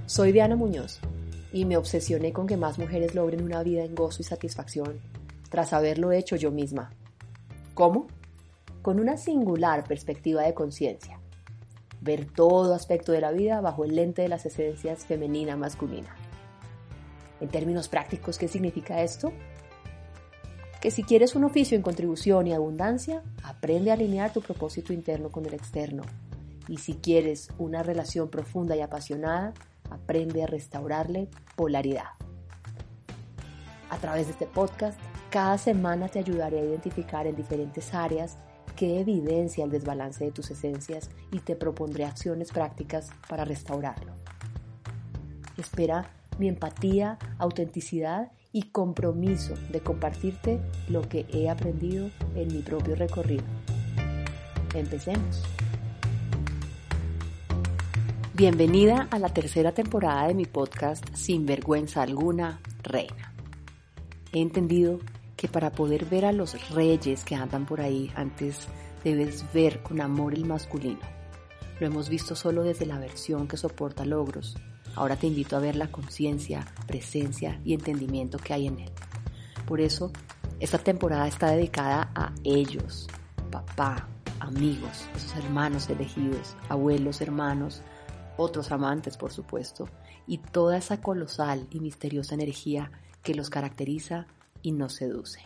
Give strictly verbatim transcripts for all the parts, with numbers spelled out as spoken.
Soy Diana Muñoz y me obsesioné con que más mujeres logren una vida en gozo y satisfacción tras haberlo hecho yo misma. ¿Cómo? Con una singular perspectiva de conciencia. Ver todo aspecto de la vida bajo el lente de las esencias femenina-masculina. En términos prácticos, ¿qué significa esto? Que si quieres un oficio en contribución y abundancia, aprende a alinear tu propósito interno con el externo. Y si quieres una relación profunda y apasionada, aprende a restaurarle polaridad. A través de este podcast, cada semana te ayudaré a identificar en diferentes áreas qué evidencia el desbalance de tus esencias y te propondré acciones prácticas para restaurarlo. Espera mi empatía, autenticidad y compromiso de compartirte lo que he aprendido en mi propio recorrido. Empecemos. Bienvenida a la tercera temporada de mi podcast Sin Vergüenza Alguna, Reina. He entendido que para poder ver a los reyes que andan por ahí, antes debes ver con amor el masculino. Lo hemos visto solo desde la versión que soporta logros. Ahora te invito a ver la conciencia, presencia y entendimiento que hay en él. Por eso, esta temporada está dedicada a ellos, papá, amigos, esos hermanos elegidos, abuelos, hermanos, otros amantes, por supuesto, y toda esa colosal y misteriosa energía que los caracteriza y nos seduce.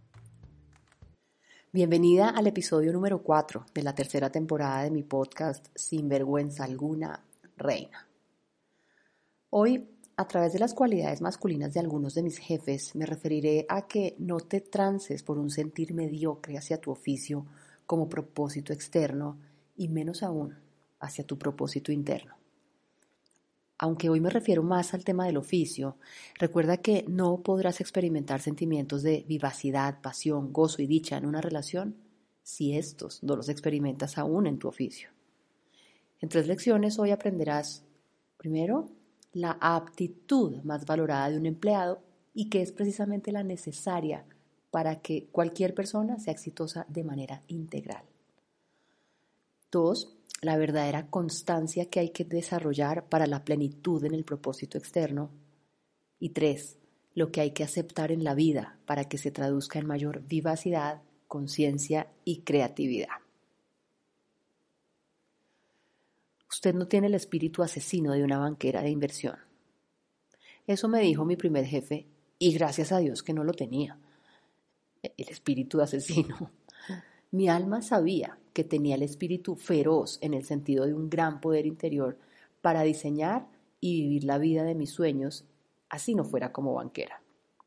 Bienvenida al episodio número cuatro de la tercera temporada de mi podcast Sin Vergüenza Alguna, Reina. Hoy, a través de las cualidades masculinas de algunos de mis jefes, me referiré a que no te trances por un sentir mediocre hacia tu oficio como propósito externo y menos aún hacia tu propósito interno. Aunque hoy me refiero más al tema del oficio, recuerda que no podrás experimentar sentimientos de vivacidad, pasión, gozo y dicha en una relación si estos no los experimentas aún en tu oficio. En tres lecciones hoy aprenderás, primero, la aptitud más valorada de un empleado y que es precisamente la necesaria para que cualquier persona sea exitosa de manera integral. Dos, la verdadera constancia que hay que desarrollar para la plenitud en el propósito externo. Y tres, lo que hay que aceptar en la vida para que se traduzca en mayor vivacidad, conciencia y creatividad. Usted no tiene el espíritu asesino de una banquera de inversión. Eso me dijo mi primer jefe y gracias a Dios que no lo tenía. El espíritu asesino. Mi alma sabía que tenía el espíritu feroz en el sentido de un gran poder interior para diseñar y vivir la vida de mis sueños, así no fuera como banquera.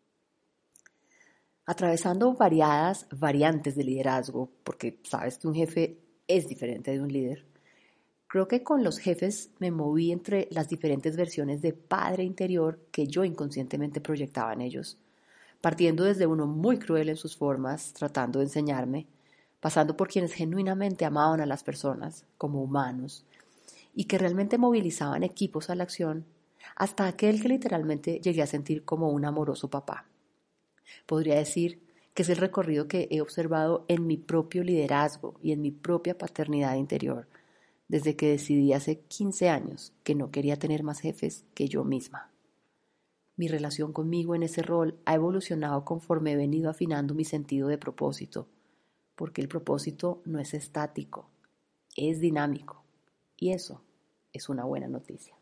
Atravesando variadas variantes de liderazgo, porque sabes que un jefe es diferente de un líder, creo que con los jefes me moví entre las diferentes versiones de padre interior que yo inconscientemente proyectaba en ellos, partiendo desde uno muy cruel en sus formas, tratando de enseñarme, pasando por quienes genuinamente amaban a las personas como humanos y que realmente movilizaban equipos a la acción, hasta aquel que literalmente llegué a sentir como un amoroso papá. Podría decir que es el recorrido que he observado en mi propio liderazgo y en mi propia paternidad interior, desde que decidí hace quince años que no quería tener más jefes que yo misma. Mi relación conmigo en ese rol ha evolucionado conforme he venido afinando mi sentido de propósito, porque el propósito no es estático, es dinámico, y eso es una buena noticia.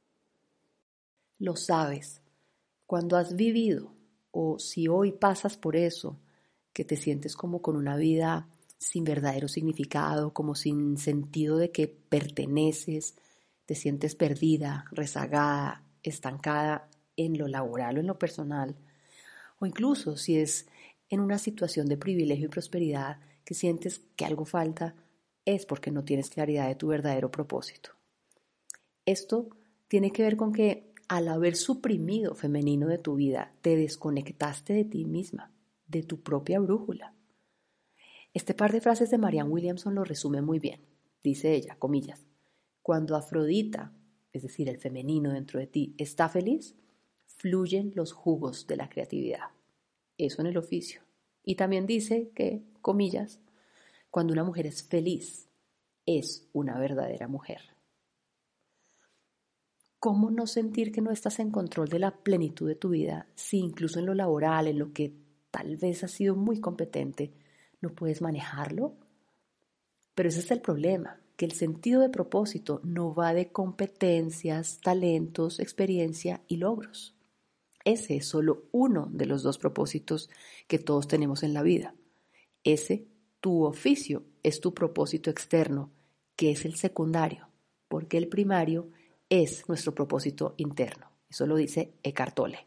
Lo sabes, cuando has vivido, o si hoy pasas por eso, que te sientes como con una vida sin verdadero significado, como sin sentido de que perteneces, te sientes perdida, rezagada, estancada en lo laboral o en lo personal, o incluso si es en una situación de privilegio y prosperidad que sientes que algo falta, es porque no tienes claridad de tu verdadero propósito. Esto tiene que ver con que al haber suprimido femenino de tu vida, te desconectaste de ti misma, de tu propia brújula. Este par de frases de Marianne Williamson lo resume muy bien. Dice ella, comillas, cuando Afrodita, es decir, el femenino dentro de ti, está feliz, fluyen los jugos de la creatividad. Eso en el oficio. Y también dice que, comillas, cuando una mujer es feliz, es una verdadera mujer. ¿cómo no sentir que no estás en control de la plenitud de tu vida si incluso en lo laboral, en lo que tal vez has sido muy competente, no puedes manejarlo? Pero ese es el problema, que el sentido de propósito no va de competencias, talentos, experiencia y logros. Ese es solo uno de los dos propósitos que todos tenemos en la vida. Ese, tu oficio, es tu propósito externo, que es el secundario, porque el primario es nuestro propósito interno. Eso lo dice Eckhart Tolle.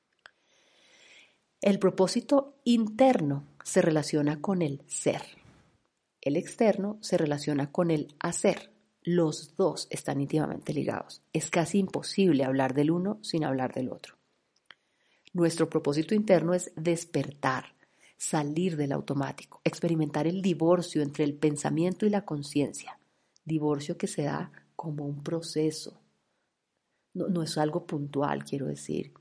El propósito interno se relaciona con el ser. El externo se relaciona con el hacer. Los dos están íntimamente ligados. Es casi imposible hablar del uno sin hablar del otro. Nuestro propósito interno es despertar, salir del automático, experimentar el divorcio entre el pensamiento y la conciencia. Divorcio que se da como un proceso. No, no es algo puntual, quiero decir.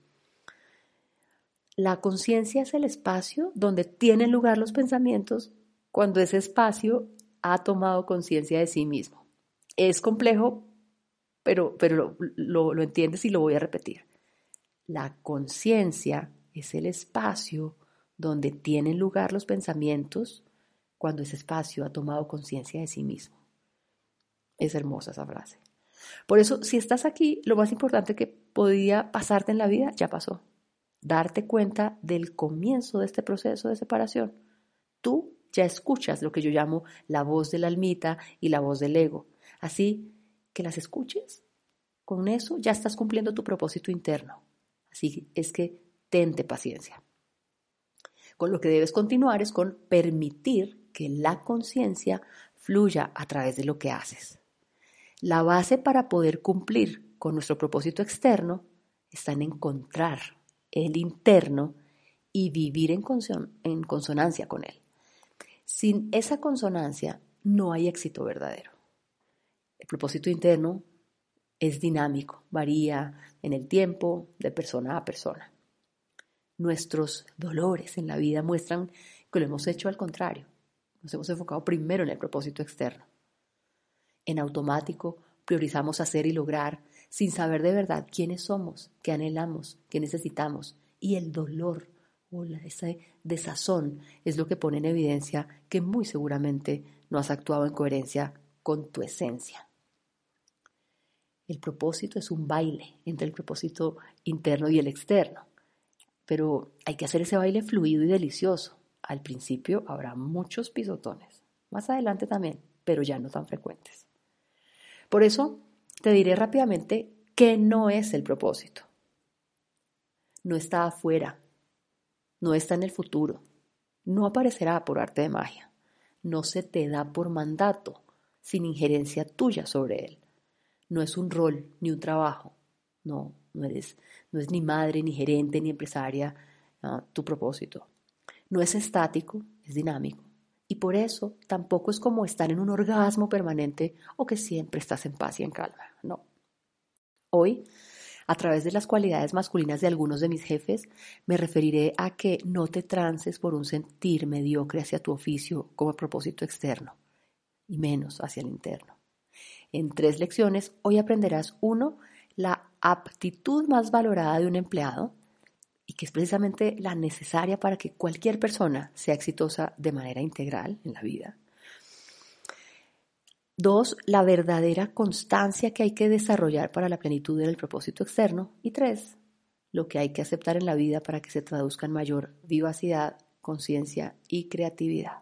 La conciencia es el espacio donde tienen lugar los pensamientos cuando ese espacio ha tomado conciencia de sí mismo. Es complejo, pero, pero lo, lo, lo entiendes y lo voy a repetir. La conciencia es el espacio donde tienen lugar los pensamientos cuando ese espacio ha tomado conciencia de sí mismo. Es hermosa esa frase. Por eso, si estás aquí, lo más importante que podía pasarte en la vida ya pasó. Darte cuenta del comienzo de este proceso de separación. Tú ya escuchas lo que yo llamo la voz de la almita y la voz del ego. Así que las escuches. Con eso ya estás cumpliendo tu propósito interno. Así es que tente paciencia. Con lo que debes continuar es con permitir que la conciencia fluya a través de lo que haces. La base para poder cumplir con nuestro propósito externo está en encontrar el interno y vivir en, conson- en consonancia con él. Sin esa consonancia no hay éxito verdadero. El propósito interno es dinámico, varía en el tiempo, de persona a persona. Nuestros dolores en la vida muestran que lo hemos hecho al contrario. Nos hemos enfocado primero en el propósito externo. En automático priorizamos hacer y lograr sin saber de verdad quiénes somos, qué anhelamos, qué necesitamos. Y el dolor o ese desazón es lo que pone en evidencia que muy seguramente no has actuado en coherencia con tu esencia. El propósito es un baile entre el propósito interno y el externo, pero hay que hacer ese baile fluido y delicioso. Al principio habrá muchos pisotones, más adelante también, pero ya no tan frecuentes. Por eso te diré rápidamente qué no es el propósito. No está afuera, no está en el futuro, no aparecerá por arte de magia, no se te da por mandato, sin injerencia tuya sobre él. No es un rol ni un trabajo, no, no eres, no es ni madre, ni gerente, ni empresaria, uh, tu propósito. No es estático, es dinámico. Y por eso tampoco es como estar en un orgasmo permanente o que siempre estás en paz y en calma, no. Hoy, a través de las cualidades masculinas de algunos de mis jefes, me referiré a que no te trances por un sentir mediocre hacia tu oficio como propósito externo, y menos hacia el interno. En tres lecciones, hoy aprenderás, uno, la aptitud más valorada de un empleado, y que es precisamente la necesaria para que cualquier persona sea exitosa de manera integral en la vida. Dos, la verdadera constancia que hay que desarrollar para la plenitud del propósito externo. Y tres, lo que hay que aceptar en la vida para que se traduzca en mayor vivacidad, conciencia y creatividad.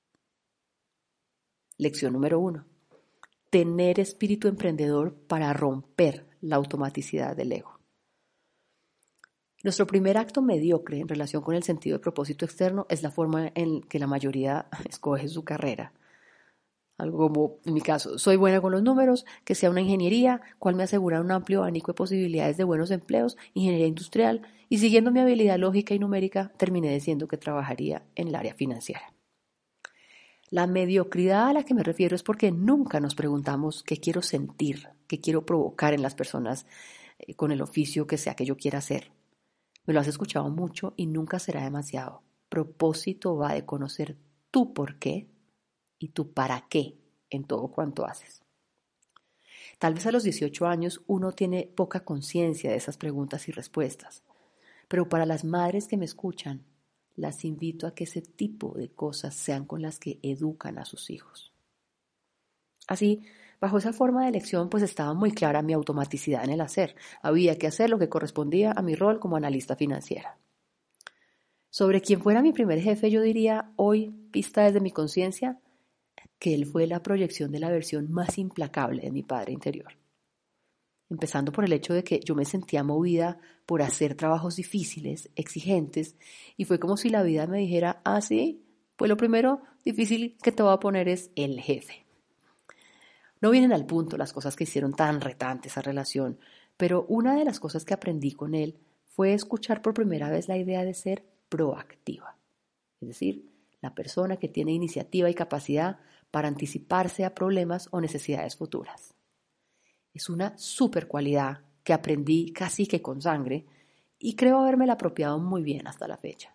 Lección número uno. Tener espíritu emprendedor para romper la automaticidad del ego. Nuestro primer acto mediocre en relación con el sentido de propósito externo es la forma en que la mayoría escoge su carrera. Algo como, en mi caso, soy buena con los números, que sea una ingeniería, cual me asegura un amplio abanico de posibilidades de buenos empleos, ingeniería industrial, y siguiendo mi habilidad lógica y numérica, terminé diciendo que trabajaría en el área financiera. La mediocridad a la que me refiero es porque nunca nos preguntamos qué quiero sentir, qué quiero provocar en las personas eh, con el oficio que sea que yo quiera hacer. Me lo has escuchado mucho y nunca será demasiado. Propósito va de conocer tu por qué y tu para qué en todo cuanto haces. Tal vez a los dieciocho años uno tiene poca conciencia de esas preguntas y respuestas, pero para las madres que me escuchan, las invito a que ese tipo de cosas sean con las que educan a sus hijos. Así, bajo esa forma de elección, pues estaba muy clara mi automaticidad en el hacer. Había que hacer lo que correspondía a mi rol como analista financiera. Sobre quién fuera mi primer jefe, yo diría, hoy, vista desde mi conciencia, que él fue la proyección de la versión más implacable de mi padre interior. Empezando por el hecho de que yo me sentía movida por hacer trabajos difíciles, exigentes, y fue como si la vida me dijera, ah, sí, pues lo primero difícil que te voy a poner es el jefe. No vienen al punto las cosas que hicieron tan retante esa relación, pero una de las cosas que aprendí con él fue escuchar por primera vez la idea de ser proactiva, es decir, la persona que tiene iniciativa y capacidad para anticiparse a problemas o necesidades futuras. Es una super cualidad que aprendí casi que con sangre y creo habérmela apropiado muy bien hasta la fecha.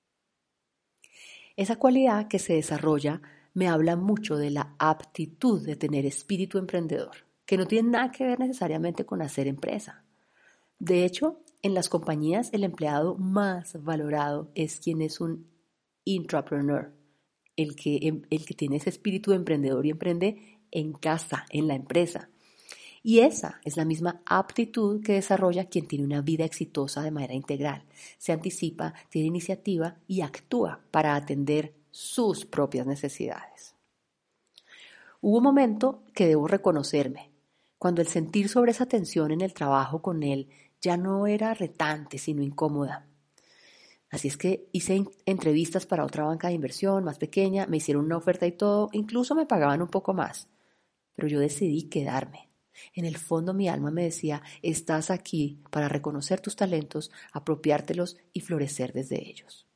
Esa cualidad que se desarrolla me habla mucho de la aptitud de tener espíritu emprendedor, que no tiene nada que ver necesariamente con hacer empresa. De hecho, en las compañías el empleado más valorado es quien es un intrapreneur, el que, el que tiene ese espíritu de emprendedor y emprende en casa, en la empresa. Y esa es la misma aptitud que desarrolla quien tiene una vida exitosa de manera integral. Se anticipa, tiene iniciativa y actúa para atender sus propias necesidades. Hubo un momento que debo reconocerme, cuando el sentir sobre esa tensión en el trabajo con él ya no era retante, sino incómoda. Así es que hice entrevistas para otra banca de inversión más pequeña, me hicieron una oferta y todo, incluso me pagaban un poco más. Pero yo decidí quedarme. En el fondo mi alma me decía, estás aquí para reconocer tus talentos, apropiártelos y florecer desde ellos.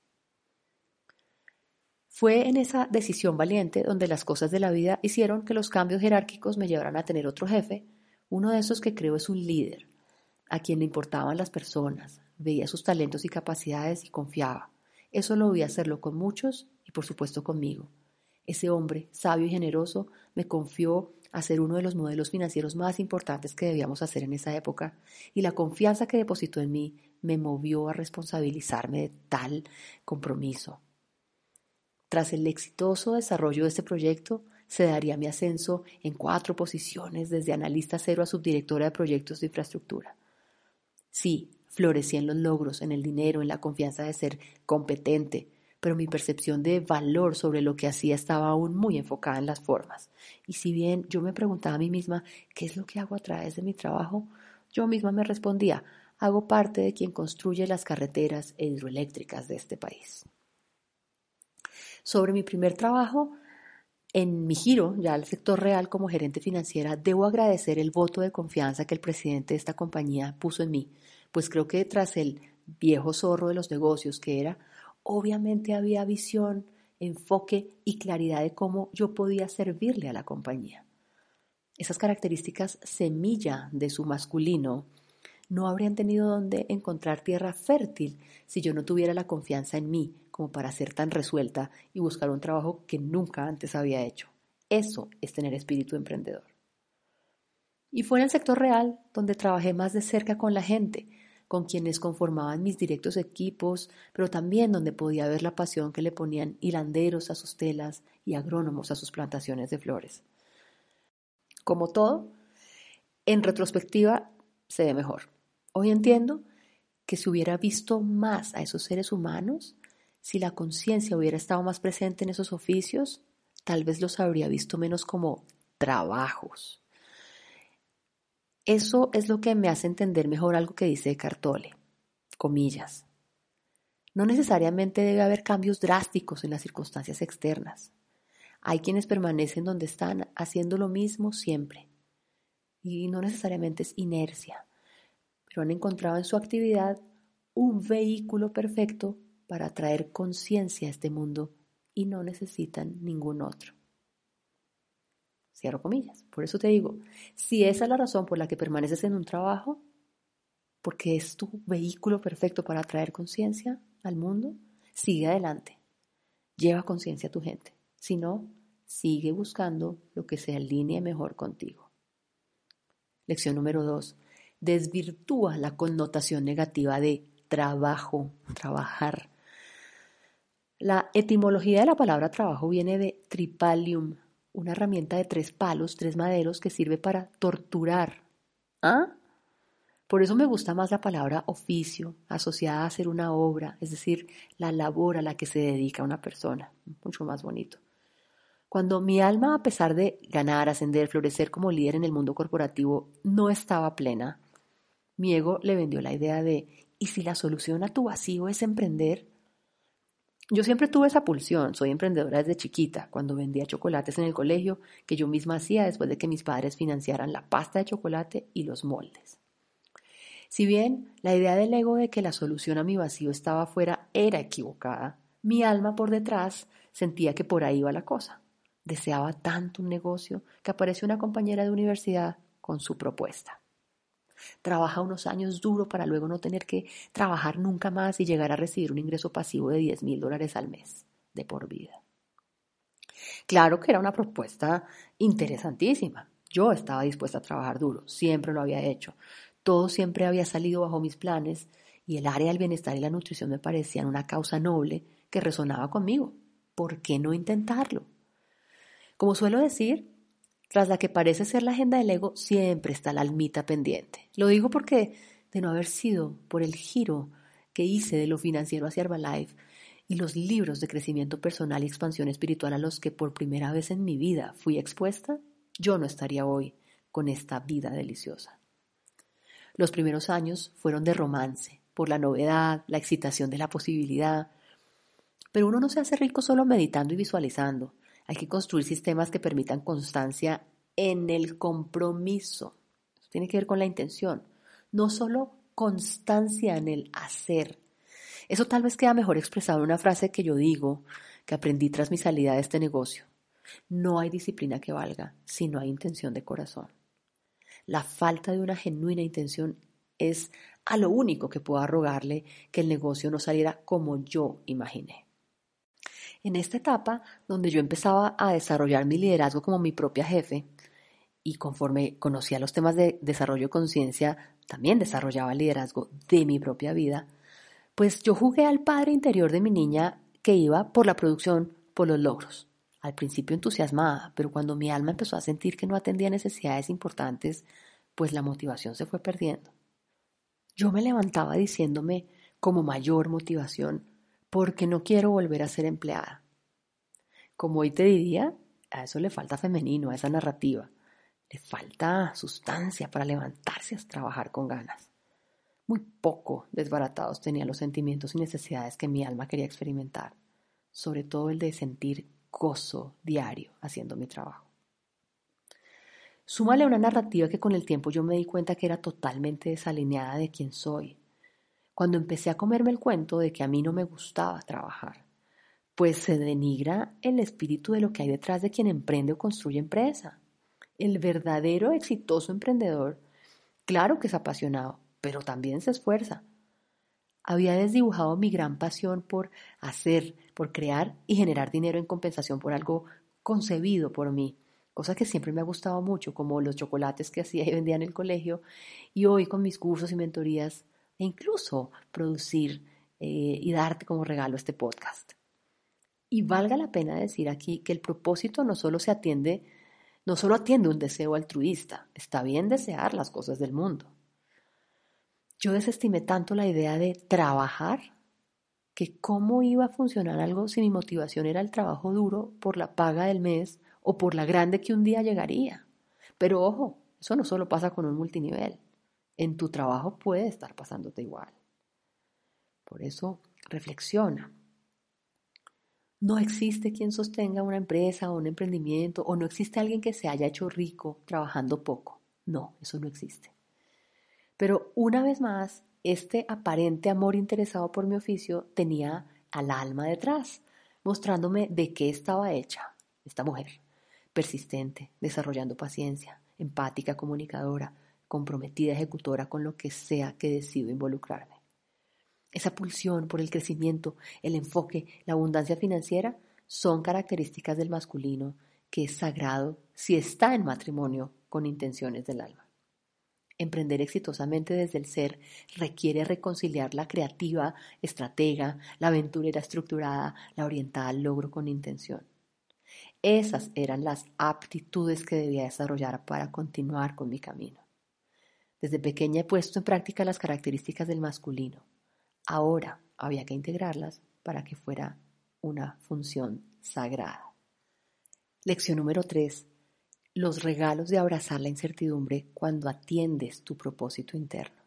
Fue en esa decisión valiente donde las cosas de la vida hicieron que los cambios jerárquicos me llevaran a tener otro jefe, uno de esos que creo es un líder, a quien le importaban las personas, veía sus talentos y capacidades y confiaba. Eso lo vi hacerlo con muchos y por supuesto conmigo. Ese hombre, sabio y generoso, me confió a ser uno de los modelos financieros más importantes que debíamos hacer en esa época, y la confianza que depositó en mí me movió a responsabilizarme de tal compromiso. Tras el exitoso desarrollo de este proyecto, se daría mi ascenso en cuatro posiciones, desde analista cero a subdirectora de proyectos de infraestructura. Sí, florecí en los logros, en el dinero, en la confianza de ser competente, pero mi percepción de valor sobre lo que hacía estaba aún muy enfocada en las formas. Y si bien yo me preguntaba a mí misma, ¿qué es lo que hago a través de mi trabajo? Yo misma me respondía, hago parte de quien construye las carreteras e hidroeléctricas de este país. Sobre mi primer trabajo, en mi giro ya al sector real como gerente financiera, debo agradecer el voto de confianza que el presidente de esta compañía puso en mí, pues creo que tras el viejo zorro de los negocios que era, obviamente había visión, enfoque y claridad de cómo yo podía servirle a la compañía. Esas características semilla de su masculino no habrían tenido dónde encontrar tierra fértil si yo no tuviera la confianza en mí como para ser tan resuelta y buscar un trabajo que nunca antes había hecho. Eso es tener espíritu emprendedor. Y fue en el sector real donde trabajé más de cerca con la gente, con quienes conformaban mis directos equipos, pero también donde podía ver la pasión que le ponían hilanderos a sus telas y agrónomos a sus plantaciones de flores. Como todo, en retrospectiva se ve mejor. Hoy entiendo que si hubiera visto más a esos seres humanos, si la conciencia hubiera estado más presente en esos oficios, tal vez los habría visto menos como trabajos. Eso es lo que me hace entender mejor algo que dice Eckhart Tolle, comillas. No necesariamente debe haber cambios drásticos en las circunstancias externas. Hay quienes permanecen donde están haciendo lo mismo siempre. Y no necesariamente es inercia, pero han encontrado en su actividad un vehículo perfecto para traer conciencia a este mundo y no necesitan ningún otro. Cierro comillas. Por eso te digo, si esa es la razón por la que permaneces en un trabajo, porque es tu vehículo perfecto para traer conciencia al mundo, sigue adelante. Lleva conciencia a tu gente. Si no, sigue buscando lo que se alinee mejor contigo. Lección número dos. Desvirtúa la connotación negativa de trabajo, trabajar. La etimología de la palabra trabajo viene de tripalium, una herramienta de tres palos, tres maderos que sirve para torturar. ¿Ah? Por eso me gusta más la palabra oficio, asociada a hacer una obra, es decir, la labor a la que se dedica una persona. Mucho más bonito. Cuando mi alma, a pesar de ganar, ascender, florecer como líder en el mundo corporativo, no estaba plena, mi ego le vendió la idea de, ¿y si la solución a tu vacío es emprender? Yo siempre tuve esa pulsión, soy emprendedora desde chiquita, cuando vendía chocolates en el colegio, que yo misma hacía después de que mis padres financiaran la pasta de chocolate y los moldes. Si bien la idea del ego de que la solución a mi vacío estaba afuera era equivocada, mi alma por detrás sentía que por ahí iba la cosa. Deseaba tanto un negocio que apareció una compañera de universidad con su propuesta. Trabaja unos años duro para luego no tener que trabajar nunca más y llegar a recibir un ingreso pasivo de diez mil dólares al mes, de por vida. Claro que era una propuesta interesantísima. Yo estaba dispuesta a trabajar duro, siempre lo había hecho. Todo siempre había salido bajo mis planes y el área del bienestar y la nutrición me parecían una causa noble que resonaba conmigo. ¿Por qué no intentarlo? Como suelo decir, tras la que parece ser la agenda del ego, siempre está la almita pendiente. Lo digo porque, de no haber sido por el giro que hice de lo financiero hacia Herbalife y los libros de crecimiento personal y expansión espiritual a los que por primera vez en mi vida fui expuesta, yo no estaría hoy con esta vida deliciosa. Los primeros años fueron de romance, por la novedad, la excitación de la posibilidad. Pero uno no se hace rico solo meditando y visualizando. Hay que construir sistemas que permitan constancia en el compromiso. Eso tiene que ver con la intención. No solo constancia en el hacer. Eso tal vez queda mejor expresado en una frase que yo digo, que aprendí tras mi salida de este negocio. No hay disciplina que valga si no hay intención de corazón. La falta de una genuina intención es a lo único que puedo rogarle que el negocio no saliera como yo imaginé. En esta etapa, donde yo empezaba a desarrollar mi liderazgo como mi propia jefe, y conforme conocía los temas de desarrollo de conciencia, también desarrollaba el liderazgo de mi propia vida, pues yo jugué al padre interior de mi niña que iba por la producción, por los logros. Al principio entusiasmada, pero cuando mi alma empezó a sentir que no atendía necesidades importantes, pues la motivación se fue perdiendo. Yo me levantaba diciéndome, como mayor motivación, porque no quiero volver a ser empleada. Como hoy te diría, a eso le falta femenino, a esa narrativa. Le falta sustancia para levantarse a trabajar con ganas. Muy poco desbaratados tenía los sentimientos y necesidades que mi alma quería experimentar, sobre todo el de sentir gozo diario haciendo mi trabajo. Súmale una narrativa que con el tiempo yo me di cuenta que era totalmente desalineada de quién soy. Cuando empecé a comerme el cuento de que a mí no me gustaba trabajar, pues se denigra el espíritu de lo que hay detrás de quien emprende o construye empresa. El verdadero exitoso emprendedor, claro que es apasionado, pero también se esfuerza. Había desdibujado mi gran pasión por hacer, por crear y generar dinero en compensación por algo concebido por mí, cosa que siempre me ha gustado mucho, como los chocolates que hacía y vendía en el colegio, y hoy con mis cursos y mentorías, e incluso producir eh, y darte como regalo este podcast. Y valga la pena decir aquí que el propósito no solo se atiende, no solo atiende un deseo altruista, está bien desear las cosas del mundo. Yo desestimé tanto la idea de trabajar que cómo iba a funcionar algo si mi motivación era el trabajo duro por la paga del mes o por la grande que un día llegaría. Pero ojo, eso no solo pasa con un multinivel. En tu trabajo puede estar pasándote igual. Por eso, reflexiona. No existe quien sostenga una empresa o un emprendimiento, o no existe alguien que se haya hecho rico trabajando poco. No, eso no existe. Pero una vez más, este aparente amor interesado por mi oficio tenía al alma detrás, mostrándome de qué estaba hecha esta mujer. Persistente, desarrollando paciencia, empática, comunicadora, comprometida, ejecutora con lo que sea que decido involucrarme. Esa pulsión por el crecimiento, el enfoque, la abundancia financiera son características del masculino que es sagrado si está en matrimonio con intenciones del alma. Emprender exitosamente desde el ser requiere reconciliar la creativa estratega, la aventurera estructurada, la orientada al logro con intención. Esas eran las aptitudes que debía desarrollar para continuar con mi camino. Desde pequeña he puesto en práctica las características del masculino. Ahora había que integrarlas para que fuera una función sagrada. Lección número tres. Los regalos de abrazar la incertidumbre cuando atiendes tu propósito interno.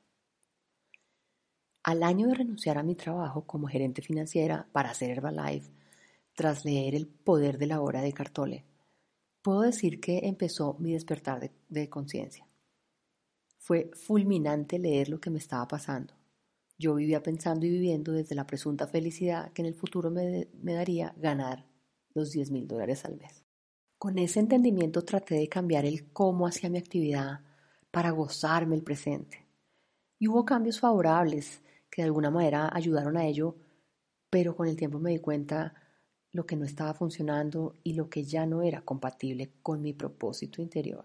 Al año de renunciar a mi trabajo como gerente financiera para hacer Herbalife, tras leer El poder de la hora de Eckhart Tolle, puedo decir que empezó mi despertar de, de conciencia. Fue fulminante leer lo que me estaba pasando. Yo vivía pensando y viviendo desde la presunta felicidad que en el futuro me, me daría ganar los diez mil dólares al mes. Con ese entendimiento traté de cambiar el cómo hacía mi actividad para gozarme el presente. Y hubo cambios favorables que de alguna manera ayudaron a ello, pero con el tiempo me di cuenta lo que no estaba funcionando y lo que ya no era compatible con mi propósito interior.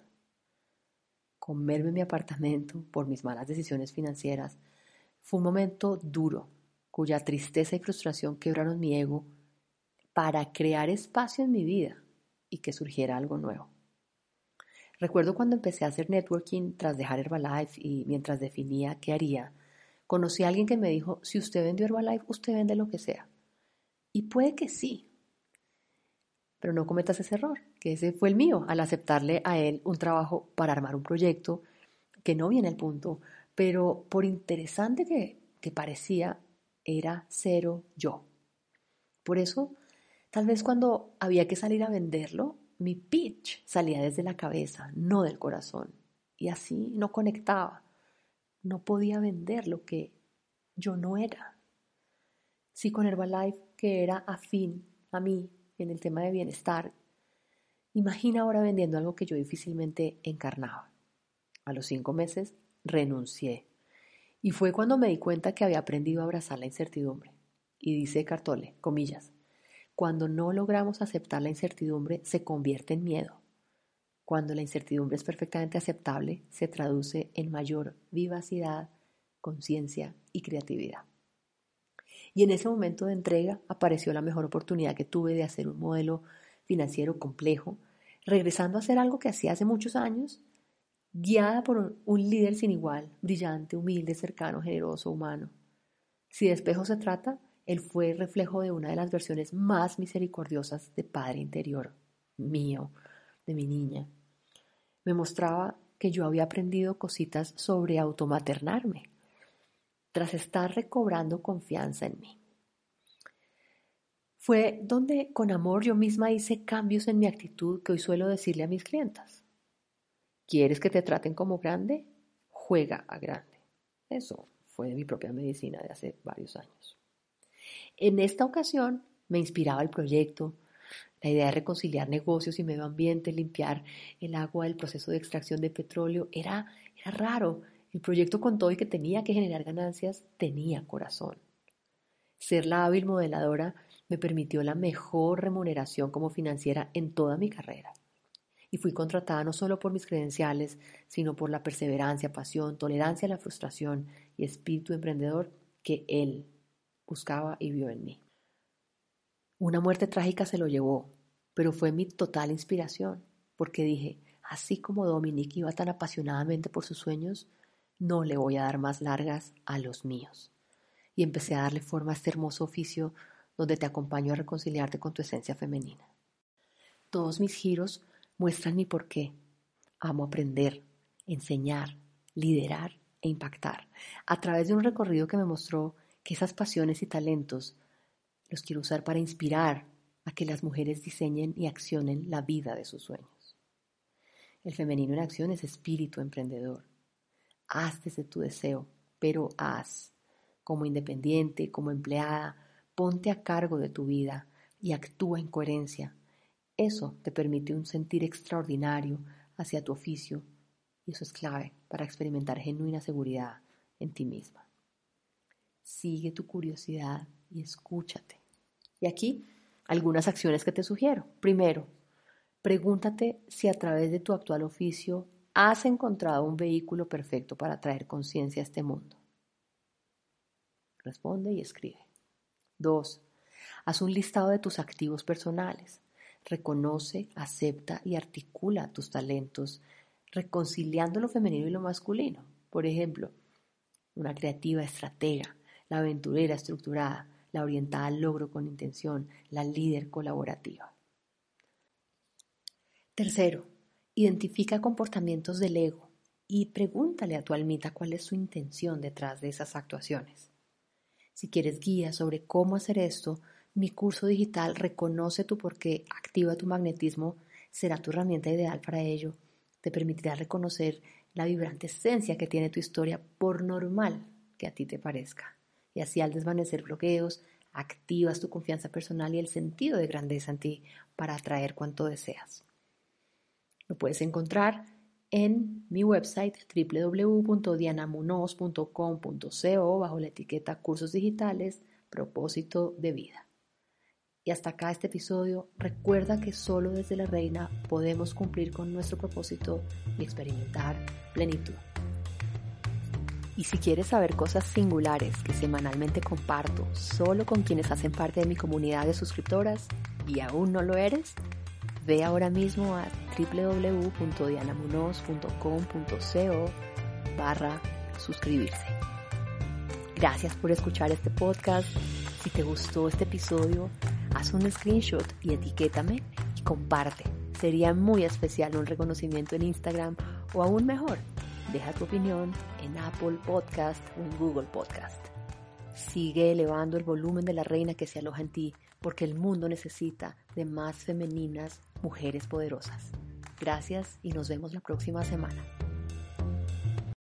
Comerme mi apartamento por mis malas decisiones financieras fue un momento duro, cuya tristeza y frustración quebraron mi ego para crear espacio en mi vida y que surgiera algo nuevo. Recuerdo cuando empecé a hacer networking tras dejar Herbalife y mientras definía qué haría, conocí a alguien que me dijo, si usted vendió Herbalife, usted vende lo que sea. Y puede que sí, pero no cometas ese error, que ese fue el mío al aceptarle a él un trabajo para armar un proyecto que no viene al punto, pero por interesante que, que parecía, era cero yo. Por eso, tal vez cuando había que salir a venderlo, mi pitch salía desde la cabeza, no del corazón. Y así no conectaba. No podía vender lo que yo no era. Sí, con Herbalife, que era afín a mí en el tema de bienestar, imagina ahora vendiendo algo que yo difícilmente encarnaba. A los cinco meses renuncié. Y fue cuando me di cuenta que había aprendido a abrazar la incertidumbre. Y dice Eckhart Tolle, comillas, cuando no logramos aceptar la incertidumbre, se convierte en miedo. Cuando la incertidumbre es perfectamente aceptable, se traduce en mayor vivacidad, conciencia y creatividad. Y en ese momento de entrega apareció la mejor oportunidad que tuve de hacer un modelo financiero complejo, regresando a hacer algo que hacía hace muchos años, guiada por un líder sin igual, brillante, humilde, cercano, generoso, humano. Si de espejo se trata, él fue el reflejo de una de las versiones más misericordiosas de padre interior mío, de mi niña. Me mostraba que yo había aprendido cositas sobre automaternarme, tras estar recobrando confianza en mí. Fue donde con amor yo misma hice cambios en mi actitud que hoy suelo decirle a mis clientas. ¿Quieres que te traten como grande? Juega a grande. Eso fue de mi propia medicina de hace varios años. En esta ocasión me inspiraba el proyecto, la idea de reconciliar negocios y medio ambiente, limpiar el agua del proceso de extracción de petróleo. Era, era raro. El proyecto con todo y que tenía que generar ganancias, tenía corazón. Ser la hábil modeladora me permitió la mejor remuneración como financiera en toda mi carrera. Y fui contratada no solo por mis credenciales, sino por la perseverancia, pasión, tolerancia a la frustración y espíritu emprendedor que él buscaba y vio en mí. Una muerte trágica se lo llevó, pero fue mi total inspiración, porque dije, así como Dominique iba tan apasionadamente por sus sueños, no le voy a dar más largas a los míos. Y empecé a darle forma a este hermoso oficio donde te acompaño a reconciliarte con tu esencia femenina. Todos mis giros muestran mi porqué. Amo aprender, enseñar, liderar e impactar, a través de un recorrido que me mostró que esas pasiones y talentos los quiero usar para inspirar a que las mujeres diseñen y accionen la vida de sus sueños. El femenino en acción es espíritu emprendedor. Haz desde tu deseo, pero haz. Como independiente, como empleada, ponte a cargo de tu vida y actúa en coherencia. Eso te permite un sentir extraordinario hacia tu oficio y eso es clave para experimentar genuina seguridad en ti misma. Sigue tu curiosidad y escúchate. Y aquí algunas acciones que te sugiero. Primero, pregúntate si a través de tu actual oficio has encontrado un vehículo perfecto para traer conciencia a este mundo? Responde y escribe. Dos. Haz un listado de tus activos personales. Reconoce, acepta y articula tus talentos, reconciliando lo femenino y lo masculino. Por ejemplo, una creativa estratega, la aventurera estructurada, la orientada al logro con intención, la líder colaborativa. Tercero, identifica comportamientos del ego y pregúntale a tu almita cuál es su intención detrás de esas actuaciones. Si quieres guía sobre cómo hacer esto, mi curso digital Reconoce tu porqué, activa tu magnetismo será tu herramienta ideal para ello. Te permitirá reconocer la vibrante esencia que tiene tu historia, por normal que a ti te parezca. Y así, al desvanecer bloqueos, activas tu confianza personal y el sentido de grandeza en ti para atraer cuanto deseas. Lo puedes encontrar en mi website doble u doble u doble u punto diana munoz punto com punto co bajo la etiqueta Cursos Digitales, Propósito de Vida. Y hasta acá este episodio. Recuerda que solo desde la Reina podemos cumplir con nuestro propósito y experimentar plenitud. Y si quieres saber cosas singulares que semanalmente comparto solo con quienes hacen parte de mi comunidad de suscriptoras y aún no lo eres, ve ahora mismo a doble u doble u doble u punto diana munoz punto com punto co barra suscribirse. Gracias por escuchar este podcast. Si te gustó este episodio, haz un screenshot y etiquétame y comparte. Sería muy especial un reconocimiento en Instagram o aún mejor, deja tu opinión en Apple Podcast o en Google Podcast. Sigue elevando el volumen de la reina que se aloja en ti, porque el mundo necesita de más femeninas mujeres poderosas. Gracias y nos vemos la próxima semana.